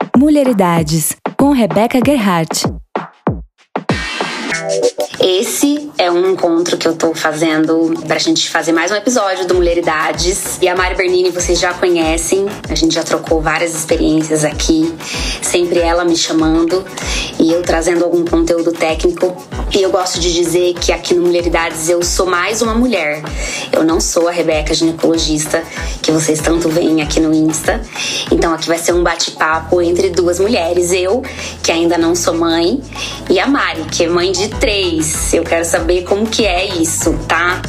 Mulheridades, com Rebeca Gerhardt. Esse é um encontro que eu tô fazendo pra gente fazer mais um episódio do Mulheridades. E a Mari Bernini vocês já conhecem, a gente já trocou várias experiências aqui, sempre ela me chamando e eu trazendo algum conteúdo técnico. E eu gosto de dizer que aqui no Mulheridades eu sou mais uma mulher. Eu não sou a Rebeca ginecologista que vocês tanto veem aqui no Insta. Então aqui vai ser um bate-papo entre duas mulheres. Eu, que ainda não sou mãe, e a Mari, que é mãe de 3. Eu quero saber como que é isso, tá?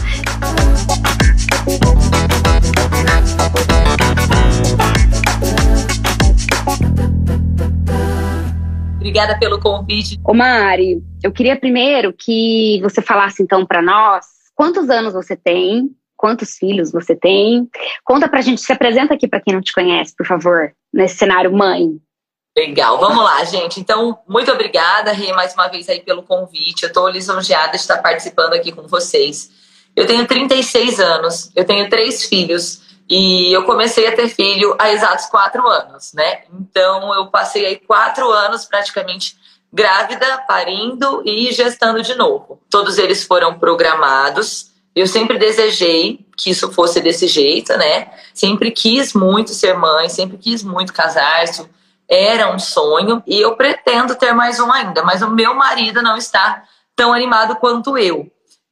Obrigada pelo convite. Ô Mari, eu queria primeiro que você falasse então pra nós quantos anos você tem, quantos filhos você tem. Conta pra gente, se apresenta aqui pra quem não te conhece, por favor, nesse cenário mãe. Legal, vamos lá, gente. Então, muito obrigada, Rê, mais uma vez aí pelo convite. Eu estou lisonjeada de estar participando aqui com vocês. Eu tenho 36 anos, eu tenho 3 filhos e eu comecei a ter filho há exatos 4 anos, né? Então, eu passei aí 4 anos praticamente grávida, parindo e gestando de novo. Todos eles foram programados. Eu sempre desejei que isso fosse desse jeito, né? Sempre quis muito ser mãe, sempre quis muito casar, isso era um sonho e eu pretendo ter mais um ainda, mas o meu marido não está tão animado quanto eu.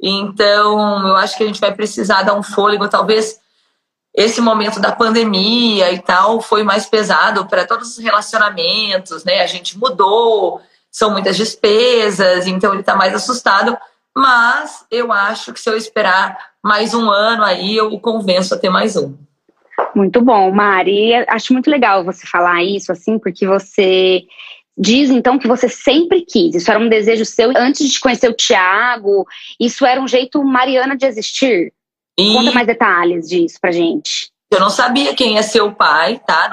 Então, eu acho que a gente vai precisar dar um fôlego. Talvez esse momento da pandemia e tal foi mais pesado para todos os relacionamentos, né? A gente mudou, são muitas despesas, então ele está mais assustado. Mas eu acho que se eu esperar mais um ano aí, eu o convenço a ter mais um. Muito bom, Mari. Acho muito legal você falar isso, assim, porque você diz, então, que você sempre quis. Isso era um desejo seu antes de conhecer o Thiago. Isso era um jeito mariana de existir. E conta mais detalhes disso pra gente. Eu não sabia quem ia ser o pai, tá?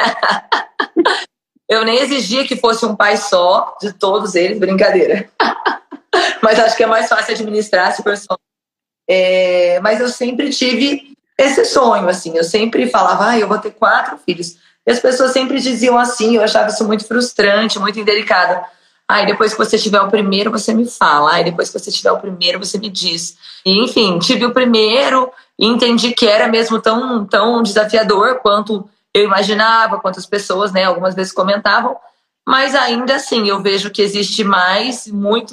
Não. Eu nem exigia que fosse um pai só de todos eles, brincadeira. Mas acho que é mais fácil administrar esse personagem. Mas eu sempre tive esse sonho, assim, eu sempre falava, eu vou ter 4 filhos. E as pessoas sempre diziam assim, eu achava isso muito frustrante, muito indelicado. Depois que você tiver o primeiro, você me fala. Depois que você tiver o primeiro, você me diz. E, enfim, tive o primeiro e entendi que era mesmo tão desafiador quanto eu imaginava, quanto as pessoas, né, algumas vezes comentavam. Mas ainda assim, eu vejo que existe muito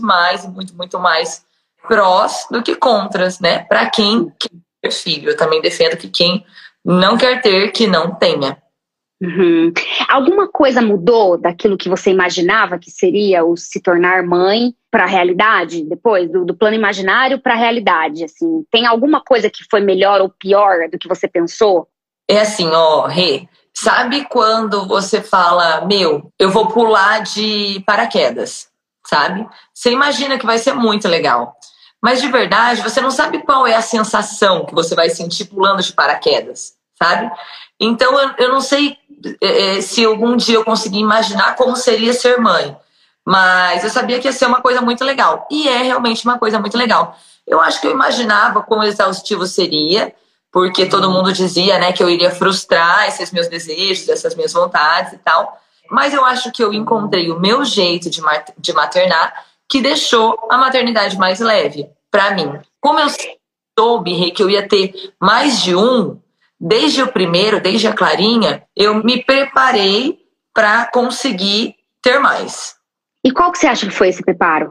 mais prós do que contras, né? Para quem quer filho. Eu também defendo que quem não quer ter, que não tenha. Uhum. Alguma coisa mudou daquilo que você imaginava que seria o se tornar mãe para a realidade? Depois, do plano imaginário para a realidade, assim, tem alguma coisa que foi melhor ou pior do que você pensou? É assim, Rê, sabe quando você fala, eu vou pular de paraquedas, sabe? Você imagina que vai ser muito legal. Mas de verdade, você não sabe qual é a sensação que você vai sentir pulando de paraquedas, sabe? Então, eu não sei se algum dia eu conseguir imaginar como seria ser mãe. Mas eu sabia que ia ser uma coisa muito legal. E é realmente uma coisa muito legal. Eu acho que eu imaginava quão exaustivo seria, porque todo mundo dizia, né, que eu iria frustrar esses meus desejos, essas minhas vontades e tal. Mas eu acho que eu encontrei o meu jeito de maternar, que deixou a maternidade mais leve para mim. Como eu soube, Rê, que eu ia ter mais de um, desde o primeiro, desde a Clarinha, eu me preparei para conseguir ter mais. E qual que você acha que foi esse preparo?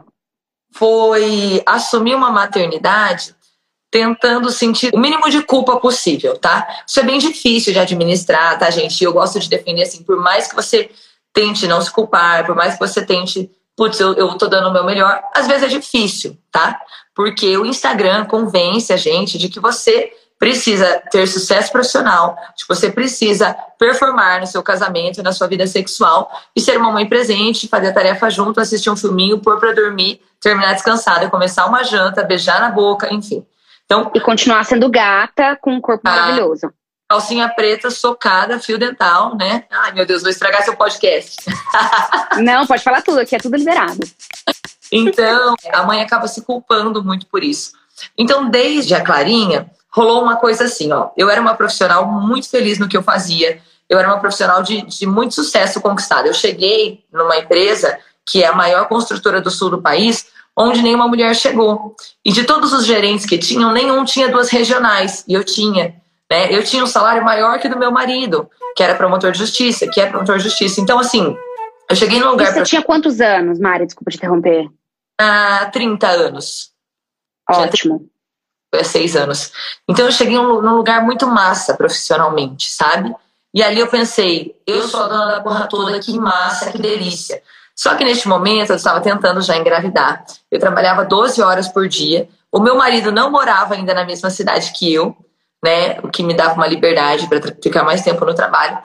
Foi assumir uma maternidade tentando sentir o mínimo de culpa possível, tá? Isso é bem difícil de administrar, tá, gente? Eu gosto de defender assim, por mais que você tente não se culpar, por mais que você tente, eu tô dando o meu melhor, às vezes é difícil, tá? Porque o Instagram convence a gente de que você precisa ter sucesso profissional, de que você precisa performar no seu casamento, na sua vida sexual e ser uma mãe presente, fazer a tarefa junto, assistir um filminho, pôr pra dormir, terminar descansada, começar uma janta, beijar na boca, enfim. Então, e continuar sendo gata com um corpo maravilhoso. Calcinha preta, socada, fio dental, né? Ai, meu Deus, vou estragar seu podcast. Não, pode falar tudo, aqui é tudo liberado. Então, a mãe acaba se culpando muito por isso. Então, desde a Clarinha, rolou uma coisa assim, Eu era uma profissional muito feliz no que eu fazia. eu era uma profissional de muito sucesso conquistado. Eu cheguei numa empresa que é a maior construtora do sul do país, onde nenhuma mulher chegou. E de todos os gerentes que tinham, nenhum tinha 2 regionais. E eu tinha. Né? Eu tinha um salário maior que o do meu marido, que era promotor de justiça, que é promotor de justiça. Então, assim, eu cheguei num lugar... E você tinha quantos anos, Mari? Desculpa te interromper. 30 anos. Ótimo. Tinha 6 anos. Então, eu cheguei num lugar muito massa profissionalmente, sabe? E ali eu pensei, eu sou a dona da porra toda, que massa, que delícia. Só que neste momento eu estava tentando já engravidar. Eu trabalhava 12 horas por dia. O meu marido não morava ainda na mesma cidade que eu, né? O que me dava uma liberdade para ficar mais tempo no trabalho.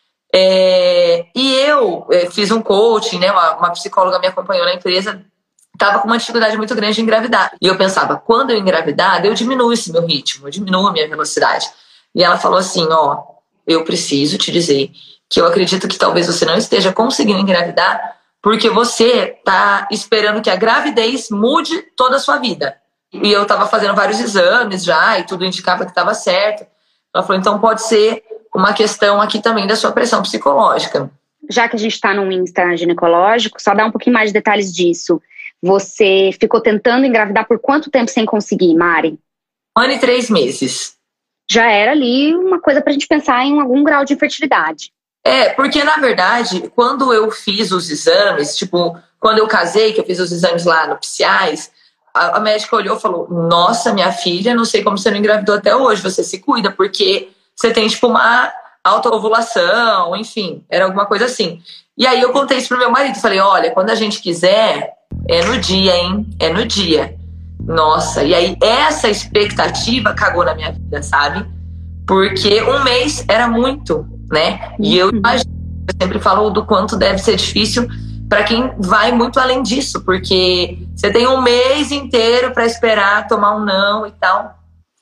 E eu fiz um coaching, né? Uma psicóloga me acompanhou na empresa. Estava com uma dificuldade muito grande de engravidar. E eu pensava, quando eu engravidar, eu diminuo esse meu ritmo, eu diminuo a minha velocidade. E ela falou assim, ó, eu preciso te dizer que eu acredito que talvez você não esteja conseguindo engravidar porque você está esperando que a gravidez mude toda a sua vida. E eu estava fazendo vários exames já e tudo indicava que estava certo. Ela falou, então pode ser uma questão aqui também da sua pressão psicológica. Já que a gente está num Insta ginecológico, só dá um pouquinho mais de detalhes disso. Você ficou tentando engravidar por quanto tempo sem conseguir, Mari? 1 ano e 3 meses. Já era ali uma coisa pra gente pensar em algum grau de infertilidade. Porque na verdade, quando eu fiz os exames, tipo, quando eu casei, que eu fiz os exames lá no PSIAS, a médica olhou e falou, nossa, minha filha, não sei como você não engravidou até hoje, você se cuida, porque você tem, tipo, uma autoovulação, enfim, era alguma coisa assim. E aí eu contei isso pro meu marido, falei, olha, quando a gente quiser, é no dia, hein? É no dia. Nossa, e aí essa expectativa cagou na minha vida, sabe? Porque 1 mês era muito, né? E eu sempre falo do quanto deve ser difícil para quem vai muito além disso, porque você tem 1 mês inteiro para esperar tomar um não e tal.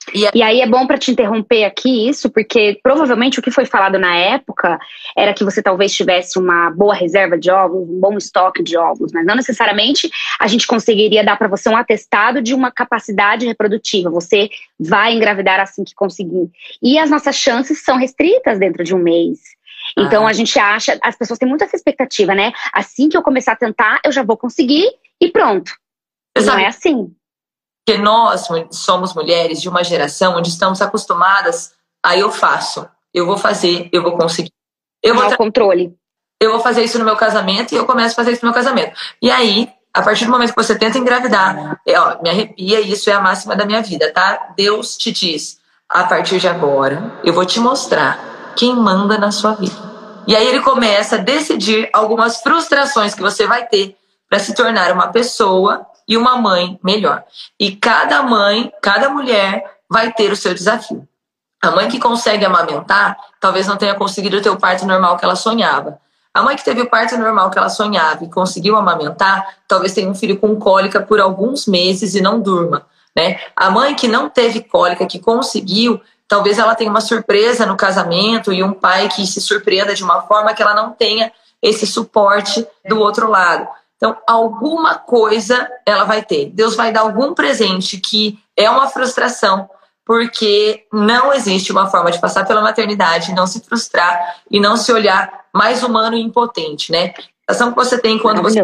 E aí é bom para te interromper aqui isso, porque provavelmente o que foi falado na época era que você talvez tivesse uma boa reserva de óvulos, um bom estoque de óvulos, mas não necessariamente a gente conseguiria dar para você um atestado de uma capacidade reprodutiva. Você vai engravidar assim que conseguir. E as nossas chances são restritas dentro de 1 mês. Então a gente acha, as pessoas têm muita essa expectativa, né? Assim que eu começar a tentar, eu já vou conseguir e pronto. Não é assim. Porque nós somos mulheres de uma geração onde estamos acostumadas a eu faço, eu vou fazer, eu vou conseguir. Eu vou controle. Eu vou fazer isso no meu casamento e eu começo a fazer isso no meu casamento. E aí, a partir do momento que você tenta engravidar, me arrepia, e isso é a máxima da minha vida, tá? Deus te diz, a partir de agora, eu vou te mostrar quem manda na sua vida. E aí ele começa a decidir algumas frustrações que você vai ter para se tornar uma pessoa e uma mãe melhor. E cada mãe, cada mulher vai ter o seu desafio. A mãe que consegue amamentar, talvez não tenha conseguido ter o parto normal que ela sonhava. A mãe que teve o parto normal que ela sonhava e conseguiu amamentar, talvez tenha um filho com cólica por alguns meses e não durma, né? A mãe que não teve cólica, que conseguiu, talvez ela tenha uma surpresa no casamento e um pai que se surpreenda de uma forma que ela não tenha esse suporte do outro lado. Então, alguma coisa ela vai ter. Deus vai dar algum presente que é uma frustração, porque não existe uma forma de passar pela maternidade, não se frustrar e não se olhar mais humano e impotente, né? A sensação que você tem quando você...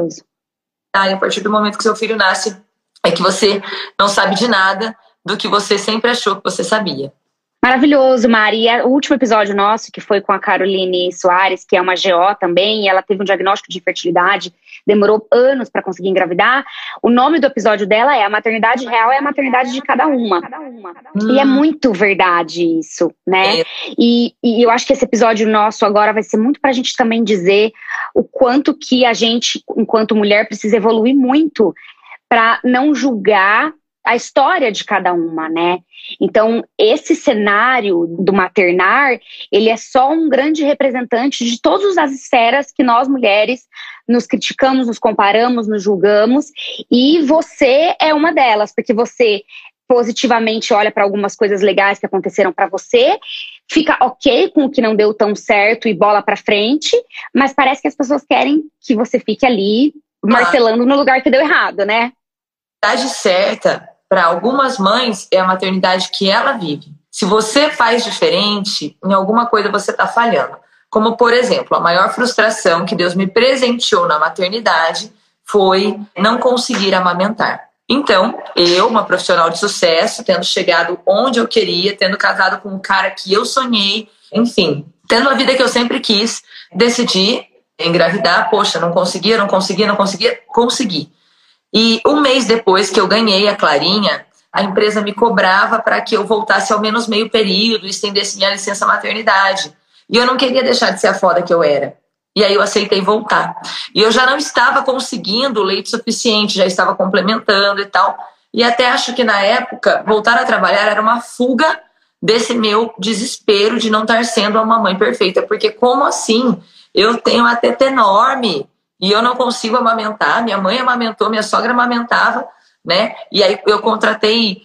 a partir do momento que seu filho nasce, é que você não sabe de nada do que você sempre achou que você sabia. Maravilhoso, Mari. O último episódio nosso, que foi com a Caroline Soares, que é uma GO também, e ela teve um diagnóstico de infertilidade, demorou anos para conseguir engravidar. O nome do episódio dela é A Maternidade Real é a Maternidade de Cada Uma. E é muito verdade isso, né? E eu acho que esse episódio nosso agora vai ser muito pra gente também dizer o quanto que a gente, enquanto mulher, precisa evoluir muito para não julgar a história de cada uma, né? Então, esse cenário do maternar, ele é só um grande representante de todas as esferas que nós, mulheres, nos criticamos, nos comparamos, nos julgamos, e você é uma delas, porque você positivamente olha para algumas coisas legais que aconteceram para você, fica ok com o que não deu tão certo e bola para frente, mas parece que as pessoas querem que você fique ali martelando no lugar que deu errado, né? A maternidade certa, para algumas mães, é a maternidade que ela vive. Se você faz diferente, em alguma coisa você está falhando. Como, por exemplo, a maior frustração que Deus me presenteou na maternidade foi não conseguir amamentar. Então, eu, uma profissional de sucesso, tendo chegado onde eu queria, tendo casado com um cara que eu sonhei, enfim, tendo a vida que eu sempre quis, decidi engravidar. Poxa, não conseguia, consegui. E um mês depois que eu ganhei a Clarinha, a empresa me cobrava para que eu voltasse ao menos meio período, estendesse minha licença maternidade. E eu não queria deixar de ser a foda que eu era. E aí eu aceitei voltar. E eu já não estava conseguindo leite suficiente, já estava complementando e tal. E até acho que na época, voltar a trabalhar era uma fuga desse meu desespero de não estar sendo uma mãe perfeita. Porque como assim? Eu tenho uma teta enorme e eu não consigo amamentar. Minha mãe amamentou, minha sogra amamentava, né? E aí eu contratei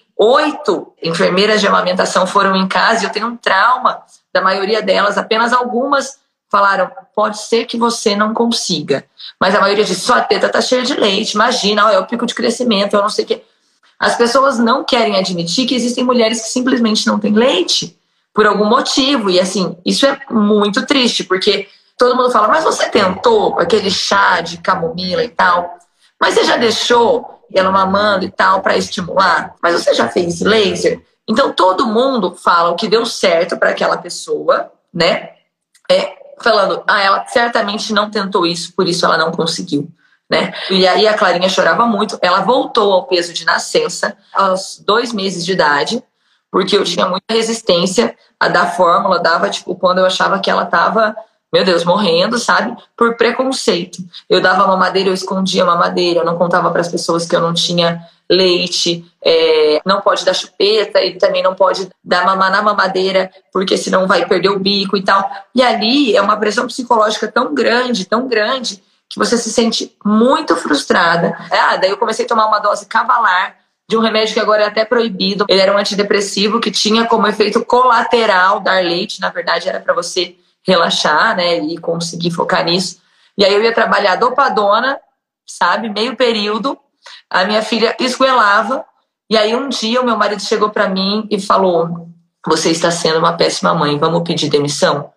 8 enfermeiras de amamentação, foram em casa, e eu tenho um trauma da maioria delas, apenas algumas falaram, pode ser que você não consiga. Mas a maioria disse, sua teta tá cheia de leite, imagina, é o pico de crescimento, eu não sei o quê. As pessoas não querem admitir que existem mulheres que simplesmente não têm leite, por algum motivo. E assim, isso é muito triste, porque todo mundo fala, mas você tentou aquele chá de camomila e tal? Mas você já deixou ela mamando e tal para estimular? Mas você já fez laser? Então todo mundo fala o que deu certo para aquela pessoa, né? Falando, ela certamente não tentou isso, por isso ela não conseguiu, né? E aí a Clarinha chorava muito. Ela voltou ao peso de nascença aos 2 meses de idade, porque eu tinha muita resistência a dar fórmula, dava tipo quando eu achava que ela tava, meu Deus, morrendo, sabe? Por preconceito. Eu dava mamadeira, eu escondia mamadeira, eu não contava para as pessoas que eu não tinha leite, não pode dar chupeta e também não pode dar mamar na mamadeira, porque senão vai perder o bico e tal. E ali é uma pressão psicológica tão grande, que você se sente muito frustrada. Daí eu comecei a tomar uma dose cavalar de um remédio que agora é até proibido. Ele era um antidepressivo que tinha como efeito colateral dar leite, na verdade era para você relaxar, né, e conseguir focar nisso. E aí eu ia trabalhar dopadona, sabe, meio período. A minha filha esgoelava. E aí um dia o meu marido chegou para mim e falou, você está sendo uma péssima mãe, vamos pedir demissão?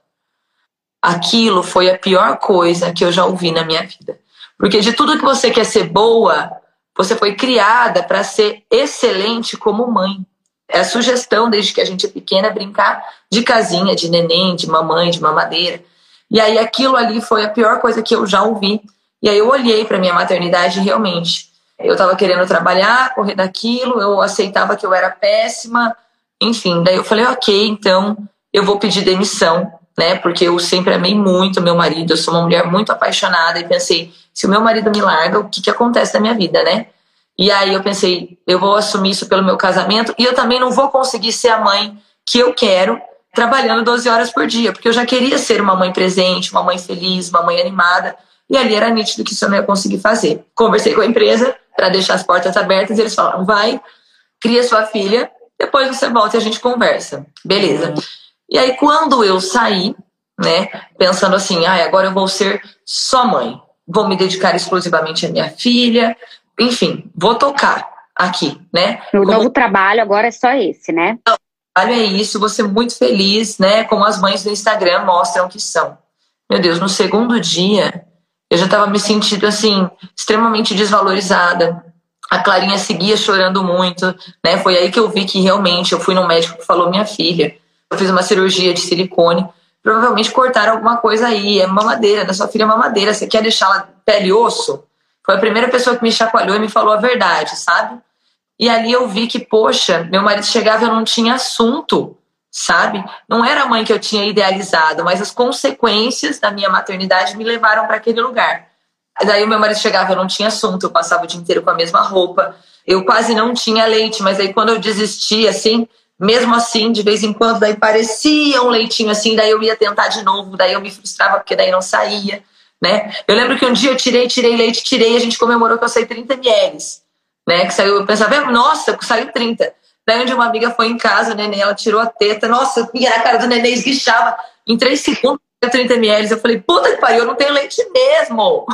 Aquilo foi a pior coisa que eu já ouvi na minha vida. Porque de tudo que você quer ser boa, você foi criada para ser excelente como mãe. É a sugestão, desde que a gente é pequena, brincar de casinha, de neném, de mamãe, de mamadeira. E aí aquilo ali foi a pior coisa que eu já ouvi. E aí eu olhei para minha maternidade e realmente eu estava querendo trabalhar, correr daquilo, eu aceitava que eu era péssima, enfim. Daí eu falei, ok, então eu vou pedir demissão, né? Porque eu sempre amei muito meu marido, eu sou uma mulher muito apaixonada e pensei, se o meu marido me larga, o que acontece na minha vida, né? E aí eu pensei, eu vou assumir isso pelo meu casamento e eu também não vou conseguir ser a mãe que eu quero trabalhando 12 horas por dia, porque eu já queria ser uma mãe presente, uma mãe feliz, uma mãe animada, e ali era nítido que isso eu não ia conseguir fazer. Conversei com a empresa para deixar as portas abertas e eles falaram, vai, cria sua filha, depois você volta e a gente conversa. Beleza. E aí quando eu saí, né, pensando assim, agora eu vou ser só mãe, vou me dedicar exclusivamente à minha filha, enfim, vou tocar aqui, né? O novo trabalho agora é só esse, né? O trabalho é isso, vou ser muito feliz, né? Como as mães do Instagram mostram que são. Meu Deus, no segundo dia, eu já estava me sentindo, assim, extremamente desvalorizada. A Clarinha seguia chorando muito, né? Foi aí que eu vi que realmente, eu fui no médico que falou, minha filha, eu fiz uma cirurgia de silicone, provavelmente cortaram alguma coisa aí, é mamadeira, da sua filha é mamadeira, você quer deixá-la pele e osso? Foi a primeira pessoa que me chacoalhou e me falou a verdade, sabe? E ali eu vi que, poxa, meu marido chegava e eu não tinha assunto, sabe? Não era a mãe que eu tinha idealizado, mas as consequências da minha maternidade me levaram para aquele lugar. Daí o meu marido chegava e eu não tinha assunto, eu passava o dia inteiro com a mesma roupa, eu quase não tinha leite, mas aí quando eu desistia, assim, mesmo assim, de vez em quando, daí parecia um leitinho assim, daí eu ia tentar de novo, daí eu me frustrava porque daí não saía. Né? Eu lembro que um dia eu tirei leite, e a gente comemorou que eu saí 30 ml, né? Que saiu, eu pensava, nossa, saiu 30. Daí onde uma amiga foi em casa, o neném, ela tirou a teta, nossa, eu via na cara do neném, esguichava, em 3 segundos, 30 ml, eu falei, puta que pariu, eu não tenho leite mesmo.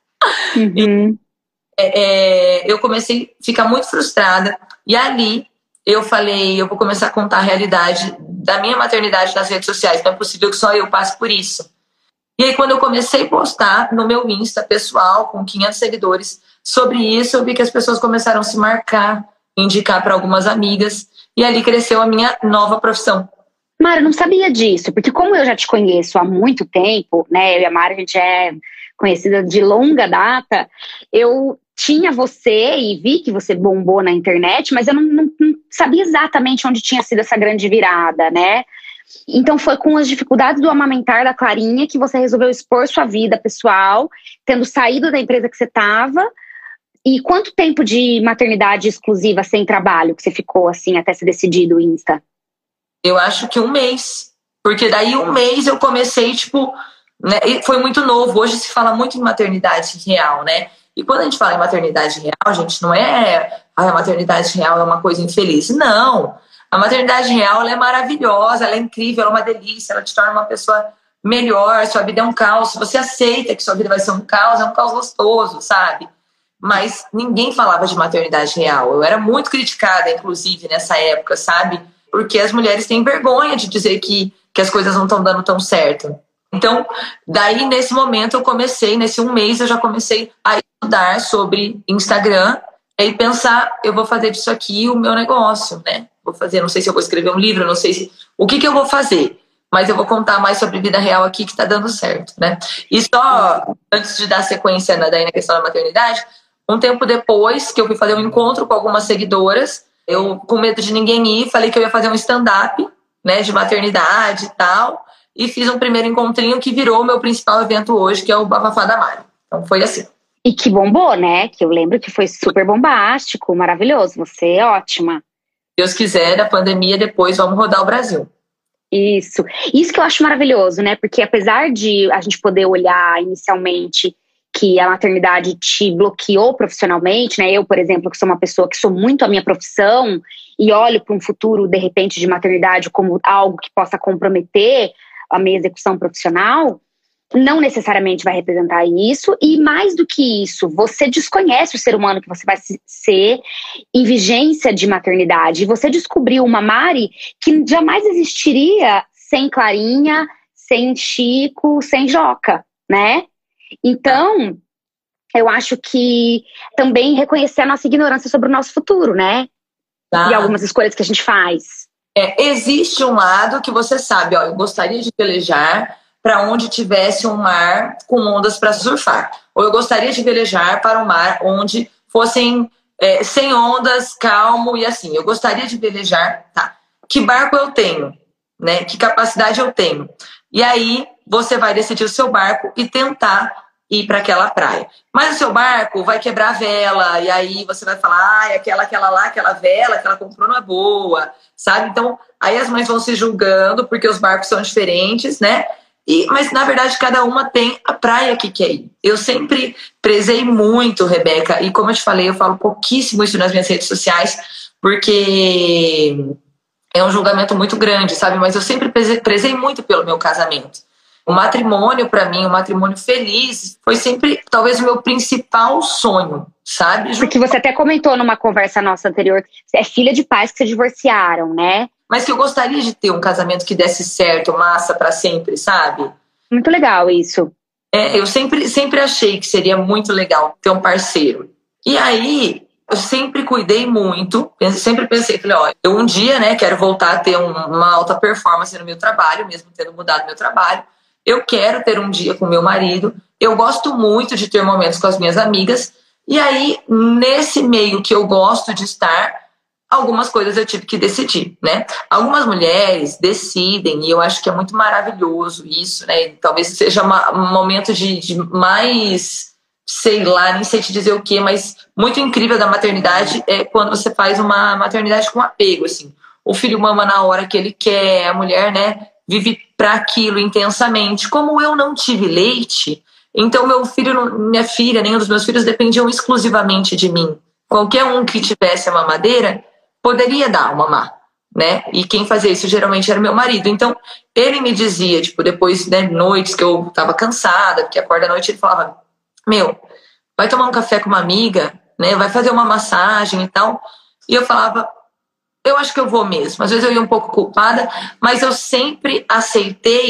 Uhum. Eu comecei a ficar muito frustrada, e ali eu falei, eu vou começar a contar a realidade da minha maternidade nas redes sociais, não é possível que só eu passe por isso. E aí, quando eu comecei a postar no meu Insta pessoal, com 500 seguidores, sobre isso, eu vi que as pessoas começaram a se marcar, indicar para algumas amigas, e ali cresceu a minha nova profissão. Mara, eu não sabia disso, porque como eu já te conheço há muito tempo, né, eu e a Mara, a gente é conhecida de longa data, eu tinha você e vi que você bombou na internet, mas eu não sabia exatamente onde tinha sido essa grande virada, né? Então foi com as dificuldades do amamentar da Clarinha que você resolveu expor sua vida pessoal, tendo saído da empresa que você estava. E quanto tempo de maternidade exclusiva sem trabalho que você ficou assim até se decidir do Insta? Eu acho que 1 mês. Porque daí 1 mês eu comecei, tipo, né, e foi muito novo. Hoje se fala muito em maternidade real, né? E quando a gente fala em maternidade real, gente, não é a maternidade real é uma coisa infeliz. Não. A maternidade real, ela é maravilhosa, ela é incrível, ela é uma delícia, ela te torna uma pessoa melhor, sua vida é um caos. Se você aceita que sua vida vai ser um caos, é um caos gostoso, sabe? Mas ninguém falava de maternidade real. Eu era muito criticada, inclusive, nessa época, sabe? Porque as mulheres têm vergonha de dizer que as coisas não estão dando tão certo. Então, daí, nesse momento, eu comecei, nesse 1 mês, eu já comecei a estudar sobre Instagram e pensar, eu vou fazer disso aqui o meu negócio, né? Vou fazer, não sei se eu vou escrever um livro, não sei se... O que eu vou fazer? Mas eu vou contar mais sobre vida real aqui que tá dando certo, né? E só, antes de dar sequência daí na questão da maternidade, um tempo depois que eu fui fazer um encontro com algumas seguidoras, eu, com medo de ninguém ir, falei que eu ia fazer um stand-up, né, de maternidade e tal, e fiz um primeiro encontrinho que virou o meu principal evento hoje, que é o Bafafá da Mari. Então foi assim. E que bombou, né? Que eu lembro que foi super bombástico, maravilhoso. Você é ótima. Deus quiser, a pandemia depois vamos rodar o Brasil. Isso que eu acho maravilhoso, né? Porque apesar de a gente poder olhar inicialmente que a maternidade te bloqueou profissionalmente, né? Eu, por exemplo, que sou uma pessoa que sou muito a minha profissão e olho para um futuro, de repente, de maternidade como algo que possa comprometer a minha execução profissional, não necessariamente vai representar isso. E mais do que isso, você desconhece o ser humano que você vai ser em vigência de maternidade. E você descobriu uma Mari que jamais existiria sem Clarinha, sem Chico, sem Joca, né? Então, eu acho que também reconhecer a nossa ignorância sobre o nosso futuro, né? Tá. E algumas escolhas que a gente faz. Existe um lado que você sabe, ó, eu gostaria de velejar para onde tivesse um mar com ondas para surfar. Ou eu gostaria de velejar para um mar onde fossem sem ondas, calmo e assim. Eu gostaria de velejar, tá? Que barco eu tenho, né? Que capacidade eu tenho? E aí você vai decidir o seu barco e tentar ir para aquela praia. Mas o seu barco vai quebrar a vela, e aí você vai falar, aquela vela que ela comprou não é boa, sabe? Então, aí as mães vão se julgando, porque os barcos são diferentes, né? Mas, na verdade, cada uma tem a praia que quer ir. Eu sempre prezei muito, Rebeca, e como eu te falei, eu falo pouquíssimo isso nas minhas redes sociais, porque é um julgamento muito grande, sabe? Mas eu sempre prezei muito pelo meu casamento. O matrimônio, para mim, o matrimônio feliz, foi sempre, talvez, o meu principal sonho, sabe? Porque você até comentou numa conversa nossa anterior, você é filha de pais que se divorciaram, né? Mas que eu gostaria de ter um casamento que desse certo, massa pra sempre, sabe? Muito legal isso. Eu sempre achei que seria muito legal ter um parceiro. E aí, eu sempre cuidei muito, sempre pensei, falei, ó, eu um dia, né, quero voltar a ter uma alta performance no meu trabalho, mesmo tendo mudado meu trabalho. Eu quero ter um dia com meu marido. Eu gosto muito de ter momentos com as minhas amigas. E aí, nesse meio que eu gosto de estar, algumas coisas eu tive que decidir, né? Algumas mulheres decidem, e eu acho que é muito maravilhoso isso, né? Talvez seja um momento de mais, sei lá, nem sei te dizer o quê, mas muito incrível da maternidade é quando você faz uma maternidade com apego, assim. O filho mama na hora que ele quer, a mulher, né, vive para aquilo intensamente. Como eu não tive leite, então meu filho, minha filha, nenhum dos meus filhos dependiam exclusivamente de mim. Qualquer um que tivesse a mamadeira poderia dar uma mamar, né? E quem fazia isso geralmente era meu marido. Então, ele me dizia, tipo, depois, né, noites que eu tava cansada, porque acorda à noite, ele falava, meu, vai tomar um café com uma amiga, né? Vai fazer uma massagem e tal. E eu falava, eu acho que eu vou mesmo. Às vezes eu ia um pouco culpada, mas eu sempre aceitei,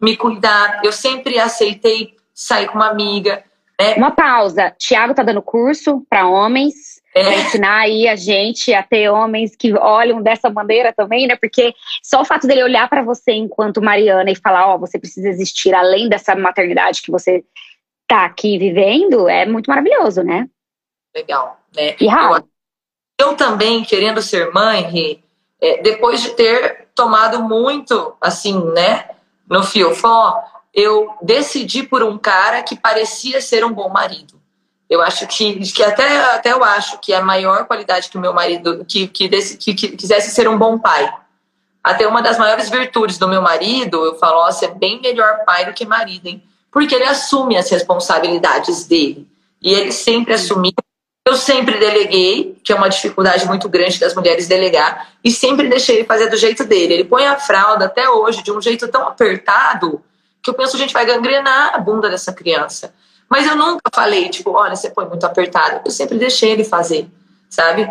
me cuidar. Eu sempre aceitei sair com uma amiga, né? Uma pausa. Thiago tá dando curso para homens, para ensinar aí a gente a ter homens que olham dessa maneira também, né? Porque só o fato dele olhar para você enquanto Mariana e falar, você precisa existir além dessa maternidade que você tá aqui vivendo, é muito maravilhoso, né? Legal, né? E raro. Eu também, querendo ser mãe, depois de ter tomado muito, assim, né, no fiofó, eu decidi por um cara que parecia ser um bom marido. Eu acho que até eu acho que a maior qualidade que o meu marido, que quisesse ser um bom pai. Até uma das maiores virtudes do meu marido, eu falo, você é bem melhor pai do que marido, hein? Porque ele assume as responsabilidades dele. E ele sempre assumiu. Eu sempre deleguei, que é uma dificuldade muito grande das mulheres delegar, e sempre deixei ele fazer do jeito dele. Ele põe a fralda até hoje de um jeito tão apertado que eu penso, gente, vai gangrenar a bunda dessa criança. Mas eu nunca falei, tipo, olha, você põe muito apertado. Eu sempre deixei ele fazer, sabe?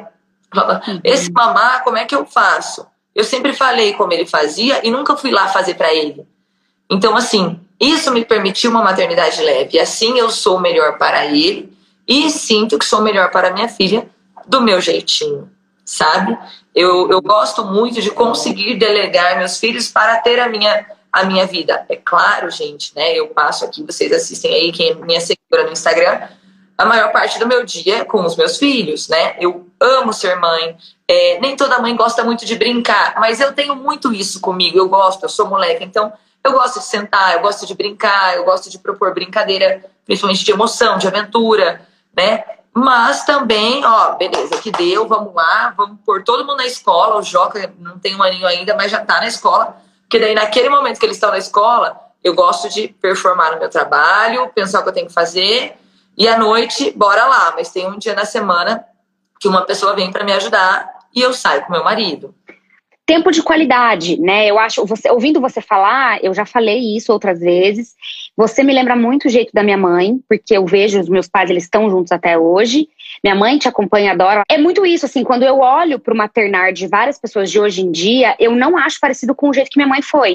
Esse mamar, como é que eu faço? Eu sempre falei como ele fazia e nunca fui lá fazer pra ele. Então, assim, isso me permitiu uma maternidade leve. Assim eu sou melhor para ele e sinto que sou melhor para minha filha do meu jeitinho, sabe? Eu gosto muito de conseguir delegar meus filhos para ter a minha vida. É claro, gente, né? Eu passo aqui, vocês assistem aí, quem é minha seguidora no Instagram, a maior parte do meu dia é com os meus filhos, né? Eu amo ser mãe. Nem toda mãe gosta muito de brincar, mas eu tenho muito isso comigo. Eu sou moleque, então eu gosto de sentar, eu gosto de brincar, eu gosto de propor brincadeira, principalmente de emoção, de aventura, né? Mas também, beleza, que deu, vamos lá, vamos pôr todo mundo na escola. O Joca não tem um aninho ainda, mas já tá na escola. Porque daí, naquele momento que eles estão na escola, eu gosto de performar no meu trabalho, pensar o que eu tenho que fazer. E à noite, bora lá. Mas tem um dia na semana que uma pessoa vem para me ajudar e eu saio com meu marido. Tempo de qualidade, né? Eu acho, ouvindo você falar, eu já falei isso outras vezes. Você me lembra muito o jeito da minha mãe, porque eu vejo os meus pais, eles estão juntos até hoje. Minha mãe te acompanha, adora. É muito isso, assim, quando eu olho pro maternar de várias pessoas de hoje em dia, eu não acho parecido com o jeito que minha mãe foi.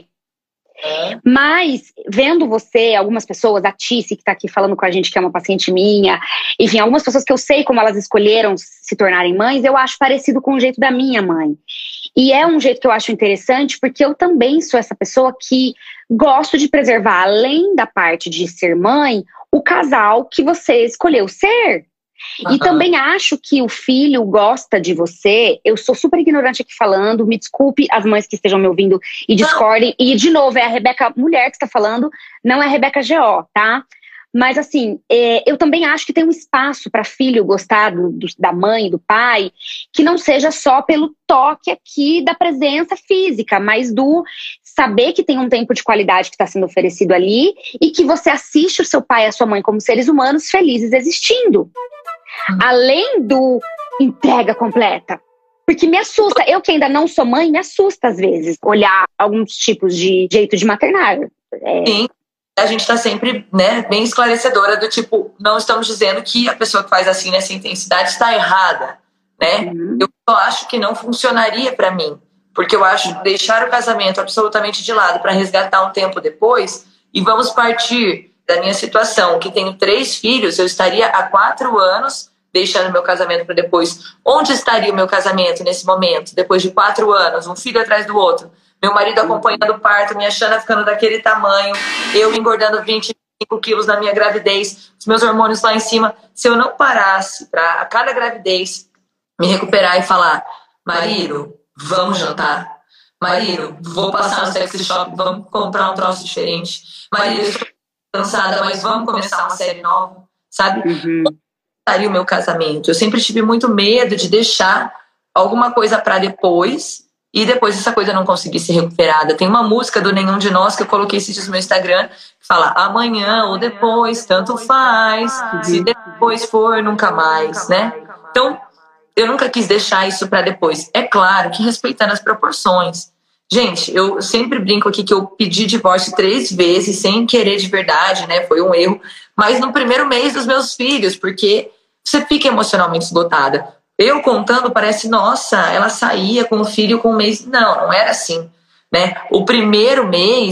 Mas, vendo você, algumas pessoas, a Tice, que tá aqui falando com a gente, que é uma paciente minha, enfim, algumas pessoas que eu sei como elas escolheram se tornarem mães, eu acho parecido com o jeito da minha mãe. E é um jeito que eu acho interessante, porque eu também sou essa pessoa que gosto de preservar, além da parte de ser mãe, o casal que você escolheu ser. E também acho que o filho gosta de você. Eu sou super ignorante aqui falando, me desculpe as mães que estejam me ouvindo e discordem. E de novo, é a Rebeca mulher que está falando, não é a Rebeca GO, tá? Mas assim, eu também acho que tem um espaço para filho gostar da mãe, do pai, que não seja só pelo toque aqui da presença física, mas do saber que tem um tempo de qualidade que está sendo oferecido ali e que você assiste o seu pai e a sua mãe como seres humanos felizes existindo. Além do entrega completa. Porque me assusta. Eu que ainda não sou mãe, me assusta às vezes olhar alguns tipos de jeito de maternar. Sim. A gente está sempre, né, bem esclarecedora do tipo, não estamos dizendo que a pessoa que faz assim nessa intensidade está errada, né? Eu só acho que não funcionaria para mim, porque eu acho deixar o casamento absolutamente de lado para resgatar um tempo depois e vamos partir da minha situação, que tenho 3 filhos, eu estaria há 4 anos deixando meu casamento para depois. Onde estaria o meu casamento nesse momento, depois de 4 anos, um filho atrás do outro? Meu marido acompanhando o parto, minha Xana ficando daquele tamanho, eu engordando 25 quilos na minha gravidez, os meus hormônios lá em cima. Se eu não parasse para a cada gravidez me recuperar e falar, marido, vamos jantar. Marido, vou passar no sexy shop, vamos comprar um troço diferente. Marido, eu estou cansada, mas vamos começar uma série nova, sabe? Onde estaria o meu casamento? Eu sempre tive muito medo de deixar alguma coisa para depois e depois essa coisa não conseguir ser recuperada. Tem uma música do Nenhum de Nós que eu coloquei esses dias no meu Instagram que fala amanhã ou depois, tanto faz, se depois for, nunca mais, né? Então, eu nunca quis deixar isso para depois. É claro que respeitando as proporções. Gente, eu sempre brinco aqui que eu pedi divórcio 3 vezes sem querer de verdade, né? Foi um erro. Mas no primeiro mês dos meus filhos, porque você fica emocionalmente esgotada. Eu contando, parece, nossa, ela saía com o filho com 1 mês. Não era assim, né? O primeiro mês,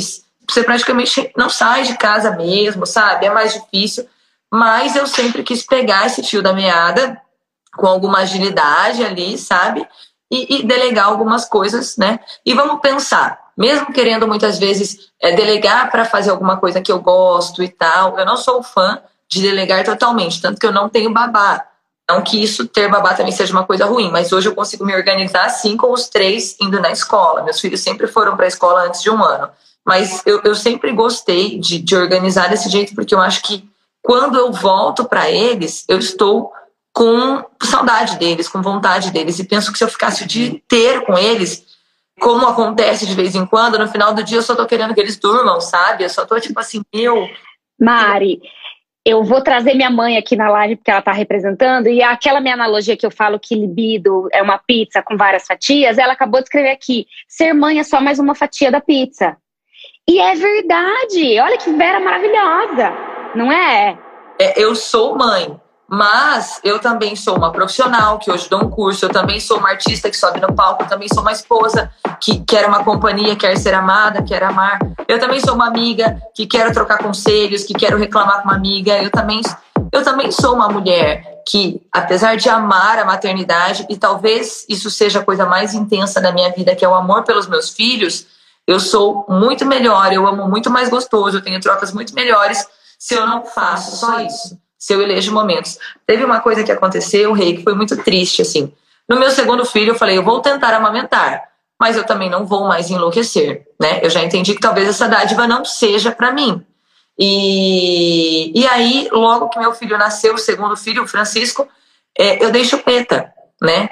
você praticamente não sai de casa mesmo, sabe? É mais difícil. Mas eu sempre quis pegar esse fio da meada com alguma agilidade ali, sabe? E delegar algumas coisas, né? E vamos pensar, mesmo querendo muitas vezes delegar para fazer alguma coisa que eu gosto e tal, eu não sou fã de delegar totalmente, tanto que eu não tenho babá. Não que isso, ter babá também seja uma coisa ruim, mas hoje eu consigo me organizar assim com os 3 indo na escola. Meus filhos sempre foram para a escola antes de 1 ano. Mas eu sempre gostei de organizar desse jeito, porque eu acho que quando eu volto para eles, eu estou com saudade deles, com vontade deles. E penso que se eu ficasse o dia inteiro com eles, como acontece de vez em quando, no final do dia eu só tô querendo que eles durmam, sabe? Eu só tô tipo assim, Mari, eu vou trazer minha mãe aqui na live porque ela tá representando, e aquela minha analogia que eu falo que libido é uma pizza com várias fatias, ela acabou de escrever aqui, ser mãe é só mais uma fatia da pizza. E é verdade, olha que Vera maravilhosa, não é? Eu sou mãe, mas eu também sou uma profissional que hoje dou um curso, eu também sou uma artista que sobe no palco, eu também sou uma esposa que quer uma companhia, quer ser amada, quer amar. Eu também sou uma amiga que quero trocar conselhos, que quero reclamar com uma amiga. Eu também sou uma mulher que, apesar de amar a maternidade, e talvez isso seja a coisa mais intensa da minha vida, que é o amor pelos meus filhos, eu sou muito melhor, eu amo muito mais gostoso, eu tenho trocas muito melhores se eu não faço só isso, se eu elejo momentos. Teve uma coisa que aconteceu, Rei, que foi muito triste, assim. No meu segundo filho, eu falei, eu vou tentar amamentar, mas eu também não vou mais enlouquecer, né? Eu já entendi que talvez essa dádiva não seja para mim. E aí, logo que meu filho nasceu, o segundo filho, o Francisco, eu dei chupeta, né?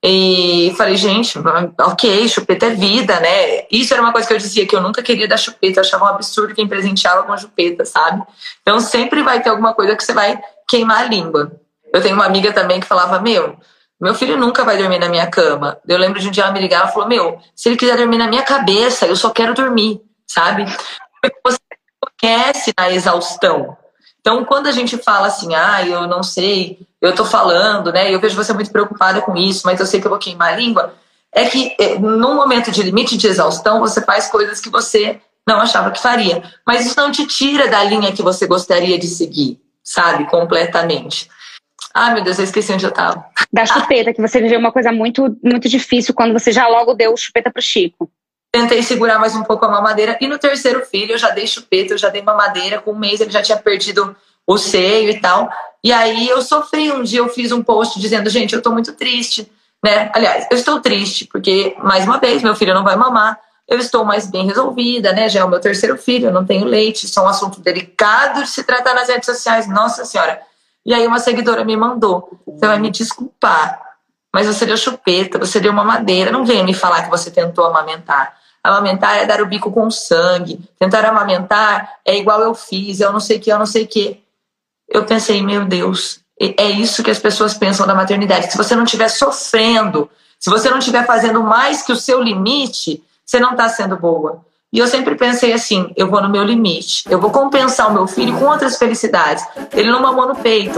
E falei, gente, ok, chupeta é vida, né? Isso era uma coisa que eu dizia, que eu nunca queria dar chupeta. Eu achava um absurdo quem presenteava com chupeta, sabe? Então sempre vai ter alguma coisa que você vai queimar a língua. Eu tenho uma amiga também que falava, meu filho nunca vai dormir na minha cama. Eu lembro de um dia ela me ligar, ela falou, se ele quiser dormir na minha cabeça, eu só quero dormir, sabe? Você conhece na exaustão. Então, quando a gente fala assim, eu não sei, eu tô falando, né? Eu vejo você muito preocupada com isso, mas eu sei que eu vou queimar a língua. É que num momento de limite de exaustão, você faz coisas que você não achava que faria. Mas isso não te tira da linha que você gostaria de seguir, sabe? Completamente. Ai, meu Deus, eu esqueci onde eu tava. Da chupeta, que você viveu uma coisa muito, muito difícil quando você já logo deu chupeta pro Chico. Tentei segurar mais um pouco a mamadeira. E no terceiro filho eu já dei chupeta, eu já dei mamadeira. Com 1 mês ele já tinha perdido o seio e tal. E aí eu sofri. Um dia eu fiz um post dizendo, gente, eu tô muito triste, né? Aliás, eu estou triste porque, mais uma vez, meu filho não vai mamar. Eu estou mais bem resolvida, né? Já é o meu terceiro filho, eu não tenho leite. Isso é um assunto delicado de se tratar nas redes sociais. Nossa Senhora. E aí uma seguidora me mandou, você vai me desculpar, mas você deu chupeta, você deu mamadeira. Não venha me falar que você tentou amamentar. Amamentar é dar o bico com sangue. Tentar amamentar é igual eu fiz, eu não sei o que. Eu pensei, meu Deus, é isso que as pessoas pensam da maternidade. Se você não estiver sofrendo, se você não estiver fazendo mais que o seu limite, você não está sendo boa. E eu sempre pensei assim, eu vou no meu limite. Eu vou compensar o meu filho com outras felicidades. Ele não mamou no peito,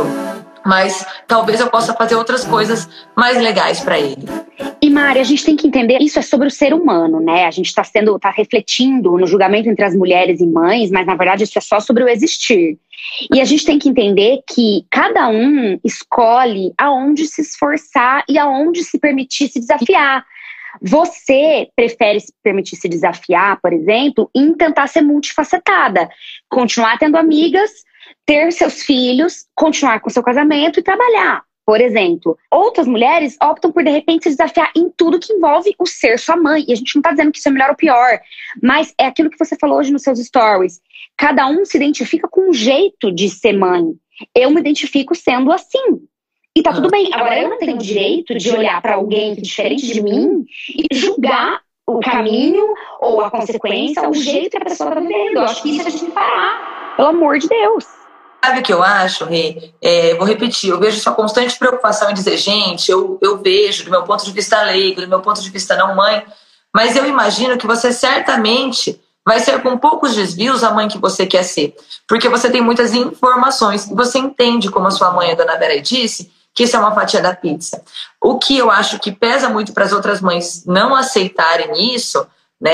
mas talvez eu possa fazer outras coisas mais legais para ele. E Mari, a gente tem que entender, isso é sobre o ser humano, né? A gente tá refletindo no julgamento entre as mulheres e mães, mas na verdade isso é só sobre o existir. E a gente tem que entender que cada um escolhe aonde se esforçar e aonde se permitir se desafiar. Você prefere se permitir se desafiar, por exemplo, em tentar ser multifacetada, continuar tendo amigas, ter seus filhos, continuar com seu casamento e trabalhar. Por exemplo, outras mulheres optam por, de repente, se desafiar em tudo que envolve o ser sua mãe. E a gente não está dizendo que isso é melhor ou pior, mas é aquilo que você falou hoje nos seus stories. Cada um se identifica com um jeito de ser mãe. Eu me identifico sendo assim. E tá tudo bem. Agora, eu não tenho direito de olhar para alguém que é diferente de mim e julgar o caminho ou a consequência, o jeito que a pessoa tá vivendo. Eu acho que isso a gente tem que parar. Pelo amor de Deus. Sabe o que eu acho, Rê? Vou repetir, eu vejo sua constante preocupação em dizer, gente, eu vejo do meu ponto de vista leigo, do meu ponto de vista não mãe, mas eu imagino que você certamente vai ser com poucos desvios a mãe que você quer ser, porque você tem muitas informações e você entende, como a sua mãe, a dona Vera, disse, que isso é uma fatia da pizza. O que eu acho que pesa muito para as outras mães não aceitarem isso, né,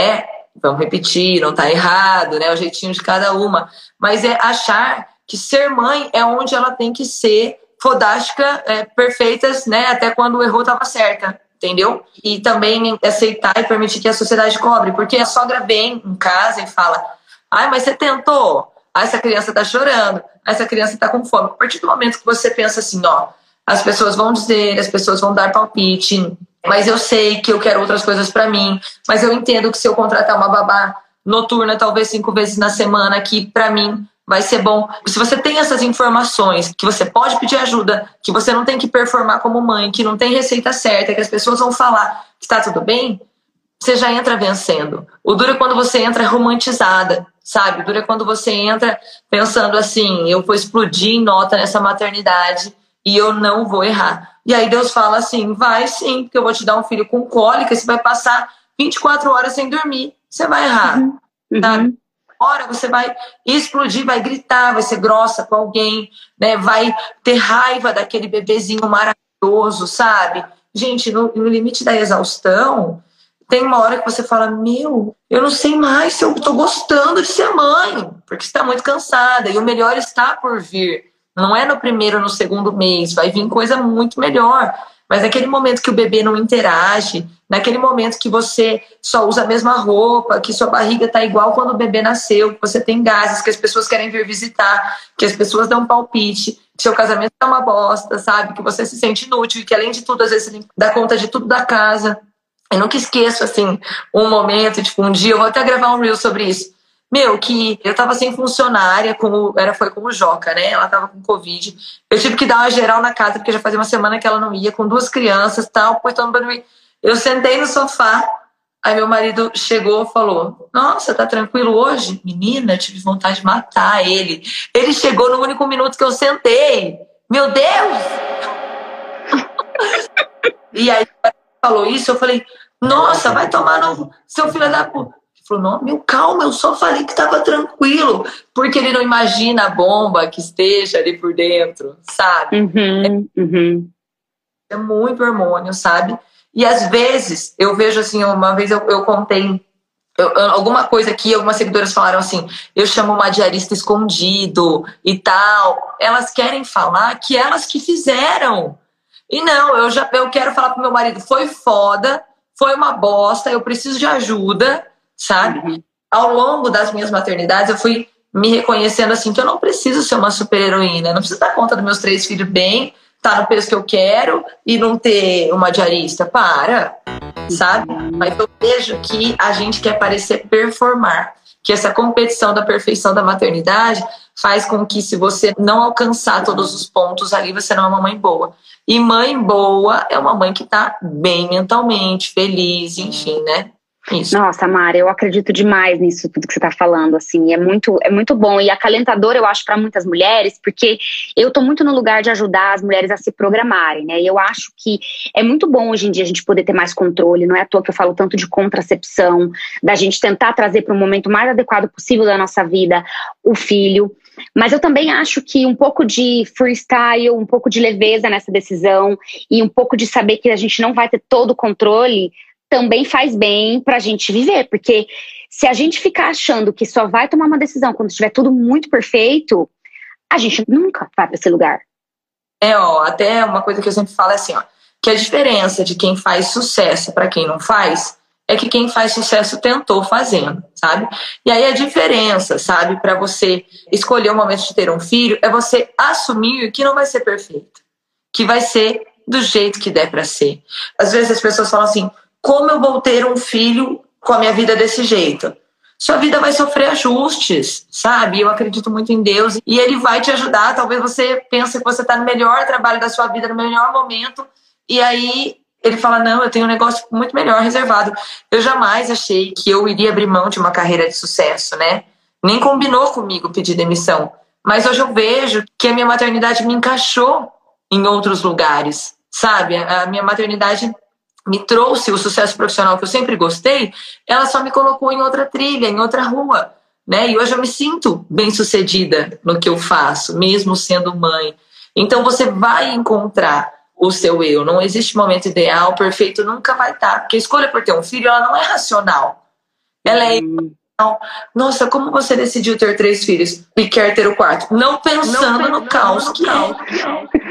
Vamos repetir, não tá errado, né? O jeitinho de cada uma. Mas é achar que ser mãe é onde ela tem que ser fodástica, perfeitas, né? Até quando errou estava certa, entendeu? E também aceitar e permitir que a sociedade cobre. Porque a sogra vem em casa e fala: ai, mas você tentou? Ah, essa criança tá chorando, essa criança tá com fome. A partir do momento que você pensa assim, ó, as pessoas vão dizer, as pessoas vão dar palpite, mas eu sei que eu quero outras coisas pra mim, mas eu entendo que se eu contratar uma babá noturna, talvez 5 vezes na semana, que pra mim vai ser bom. Se você tem essas informações, que você pode pedir ajuda, que você não tem que performar como mãe, que não tem receita certa, que as pessoas vão falar que tá tudo bem, você já entra vencendo. O duro é quando você entra romantizada, sabe? O duro é quando você entra pensando assim, eu vou explodir em nota nessa maternidade e eu não vou errar. E aí Deus fala assim, vai sim, porque eu vou te dar um filho com cólica, você vai passar 24 horas sem dormir, você vai errar, sabe? Hora você vai explodir, vai gritar, vai ser grossa com alguém, né? Vai ter raiva daquele bebezinho maravilhoso, sabe? Gente, no limite da exaustão, tem uma hora que você fala, meu, eu não sei mais se eu tô gostando de ser mãe, porque você tá muito cansada, e o melhor está por vir. Não é no primeiro ou no segundo mês, vai vir coisa muito melhor. Mas naquele momento que o bebê não interage, naquele momento que você só usa a mesma roupa, que sua barriga tá igual quando o bebê nasceu, que você tem gases, que as pessoas querem vir visitar, que as pessoas dão palpite, que seu casamento é uma bosta, sabe? Que você se sente inútil, e que além de tudo, às vezes você dá conta de tudo da casa. Eu nunca esqueço, assim, um momento, tipo, um dia, eu vou até gravar um reel sobre isso. Meu, que eu tava sem funcionária, foi com o Joca, né? Ela tava com Covid. Eu tive que dar uma geral na casa, porque já fazia uma semana que ela não ia, com 2 crianças e tal, portando pra dormir. Eu sentei no sofá, aí meu marido chegou e falou, nossa, tá tranquilo hoje? Menina, eu tive vontade de matar ele. Ele chegou no único minuto que eu sentei. Meu Deus! E aí, falou isso, eu falei, nossa, vai tomar no seu filho da puta. Ele falou, não, meu, calma, eu só falei que tava tranquilo, porque ele não imagina a bomba que esteja ali por dentro, sabe? É muito hormônio, sabe? E às vezes, eu vejo assim, uma vez eu contei alguma coisa aqui, algumas seguidoras falaram assim, eu chamo uma diarista escondido e tal. Elas querem falar que elas que fizeram. E não, eu quero falar pro meu marido, foi foda, foi uma bosta, eu preciso de ajuda, sabe? Ao longo das minhas maternidades, eu fui me reconhecendo assim, que eu não preciso ser uma super heroína, não preciso dar conta dos meus 3 filhos bem, tá no peso que eu quero e não ter uma diarista, sabe? Mas eu vejo que a gente quer parecer performar, que essa competição da perfeição da maternidade faz com que, se você não alcançar todos os pontos ali, você não é uma mãe boa. E mãe boa é uma mãe que tá bem mentalmente, feliz, enfim, né? Isso. Nossa, Mara, eu acredito demais nisso tudo que você tá falando, assim, é muito bom e acalentador, eu acho, para muitas mulheres, porque eu tô muito no lugar de ajudar as mulheres a se programarem, né, e eu acho que é muito bom hoje em dia a gente poder ter mais controle, não é à toa que eu falo tanto de contracepção, da gente tentar trazer para o momento mais adequado possível da nossa vida o filho, mas eu também acho que um pouco de freestyle, um pouco de leveza nessa decisão e um pouco de saber que a gente não vai ter todo o controle também faz bem pra gente viver, porque se a gente ficar achando que só vai tomar uma decisão quando estiver tudo muito perfeito, a gente nunca vai pra esse lugar. Até uma coisa que eu sempre falo é assim, que a diferença de quem faz sucesso pra quem não faz, é que quem faz sucesso tentou fazendo, sabe? E aí a diferença, sabe, pra você escolher o momento de ter um filho, é você assumir que não vai ser perfeito, que vai ser do jeito que der pra ser. Às vezes as pessoas falam assim, como eu vou ter um filho com a minha vida desse jeito? Sua vida vai sofrer ajustes, sabe? Eu acredito muito em Deus e Ele vai te ajudar. Talvez você pense que você está no melhor trabalho da sua vida, no melhor momento, e aí Ele fala, não, eu tenho um negócio muito melhor reservado. Eu jamais achei que eu iria abrir mão de uma carreira de sucesso, né? Nem combinou comigo pedir demissão. Mas hoje eu vejo que a minha maternidade me encaixou em outros lugares, sabe? A minha maternidade me trouxe o sucesso profissional que eu sempre gostei, ela só me colocou em outra trilha, em outra rua, né? E hoje eu me sinto bem-sucedida no que eu faço, mesmo sendo mãe. Então você vai encontrar o seu eu. Não existe momento ideal, perfeito nunca vai estar. Porque a escolha por ter um filho, ela não é racional. Ela é nossa, como você decidiu ter 3 filhos e quer ter o 4? Não pensando no caos que é.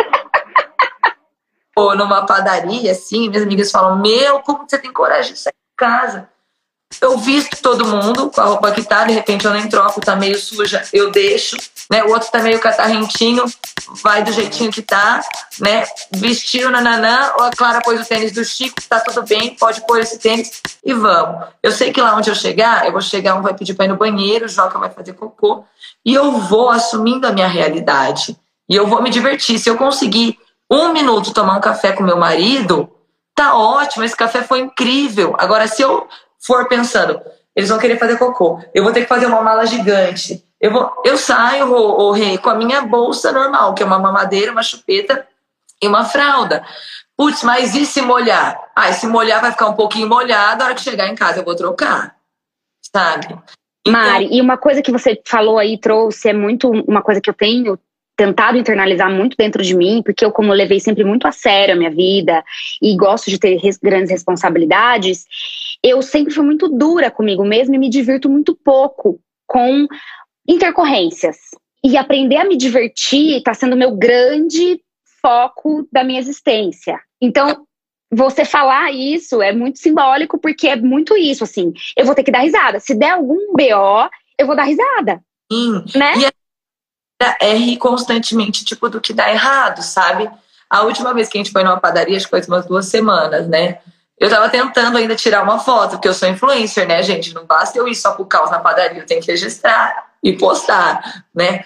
Ou numa padaria, assim, minhas amigas falam, como você tem coragem de sair de casa? Eu visto todo mundo com a roupa que tá, de repente eu nem troco, tá meio suja, eu deixo, né? O outro tá meio catarrentinho, vai do jeitinho que tá, né? Vestiu, nananã, ou a Clara pôs o tênis do Chico, tá tudo bem, pode pôr esse tênis e vamos. Eu sei que lá onde eu vou chegar, um vai pedir pra ir no banheiro, o Joca vai fazer cocô, e eu vou assumindo a minha realidade, e eu vou me divertir. Se eu conseguir 1 minuto tomar um café com meu marido, tá ótimo, esse café foi incrível. Agora, se eu for pensando, eles vão querer fazer cocô, eu vou ter que fazer uma mala gigante, eu saio, Rê, com a minha bolsa normal, que é uma mamadeira, uma chupeta e uma fralda. Putz, mas e se molhar? Se molhar vai ficar um pouquinho molhado, a hora que chegar em casa eu vou trocar, sabe? Então... Mari, e uma coisa que você falou aí, trouxe, é muito uma coisa que eu tenho tentado internalizar muito dentro de mim, porque eu, como levei sempre muito a sério a minha vida e gosto de ter grandes responsabilidades, eu sempre fui muito dura comigo mesma e me divirto muito pouco com intercorrências. E aprender a me divertir está sendo o meu grande foco da minha existência. Então, você falar isso é muito simbólico, porque é muito isso, assim, eu vou ter que dar risada. Se der algum BO, eu vou dar risada. Né? E rir constantemente, tipo, do que dá errado, sabe? A última vez que a gente foi numa padaria, acho que foi umas 2 semanas, né? Eu tava tentando ainda tirar uma foto, porque eu sou influencer, né, gente? Não basta eu ir só pro caos na padaria, eu tenho que registrar e postar, né?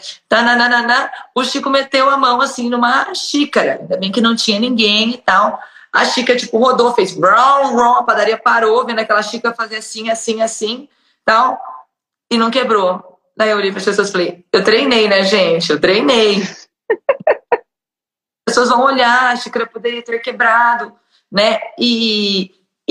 O Chico meteu a mão, assim, numa xícara. Ainda bem que não tinha ninguém e tal. A xícara, tipo, rodou, fez brown, brown, a padaria parou, vendo aquela xícara fazer assim, assim, assim, tal, e não quebrou. Daí eu olhei para as pessoas e falei, eu treinei, né, gente? Eu treinei. As pessoas vão olhar, a xícara poderia ter quebrado, né? E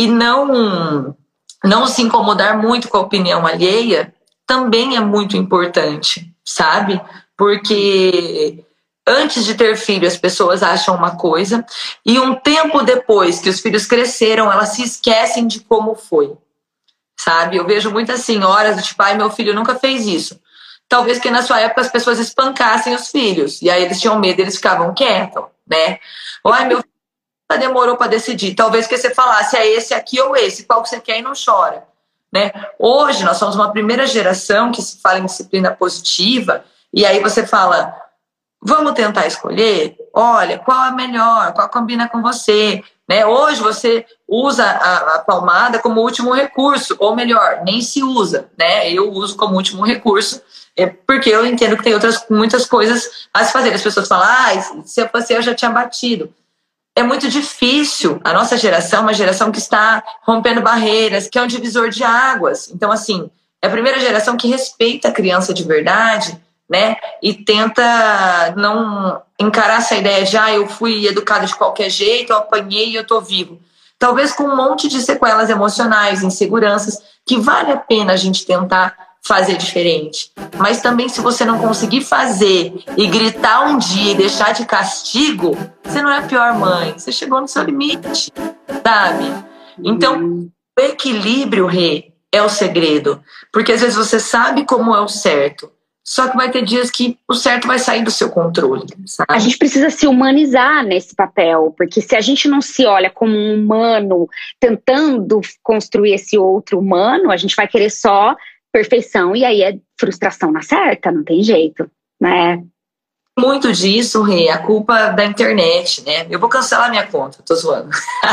não se incomodar muito com a opinião alheia também é muito importante, sabe? Porque antes de ter filho, as pessoas acham uma coisa e um tempo depois que os filhos cresceram, elas se esquecem de como foi. Sabe? Eu vejo muitas senhoras do tipo, meu filho nunca fez isso. Talvez que na sua época as pessoas espancassem os filhos. E aí eles tinham medo, eles ficavam quietos, né? Ou, meu filho demorou para decidir. Talvez que você falasse, esse aqui ou esse, qual que você quer e não chora. Né? Hoje nós somos uma primeira geração que se fala em disciplina positiva. E aí você fala, vamos tentar escolher? Olha, qual é melhor? Qual combina com você? Né? Hoje você usa a palmada como último recurso, ou melhor, nem se usa, né? Eu uso como último recurso, porque eu entendo que tem muitas coisas a se fazer. As pessoas falam, se eu fosse eu já tinha batido. É muito difícil. A nossa geração é uma geração que está rompendo barreiras, que é um divisor de águas. Então, assim, é a primeira geração que respeita a criança de verdade, né? E tenta não encarar essa ideia de eu fui educado de qualquer jeito, eu apanhei e eu tô vivo. Talvez com um monte de sequelas emocionais, inseguranças, que vale a pena a gente tentar fazer diferente. Mas também, se você não conseguir fazer e gritar um dia e deixar de castigo, você não é a pior mãe, você chegou no seu limite, sabe? Então, o equilíbrio, Rê, é o segredo. Porque às vezes você sabe como é o certo, só que vai ter dias que o certo vai sair do seu controle, sabe? A gente precisa se humanizar nesse papel, porque se a gente não se olha como um humano tentando construir esse outro humano, a gente vai querer só perfeição, e aí é frustração na certa, não tem jeito, né? Muito disso, Rê, a culpa da internet, né? Eu vou cancelar minha conta, tô zoando.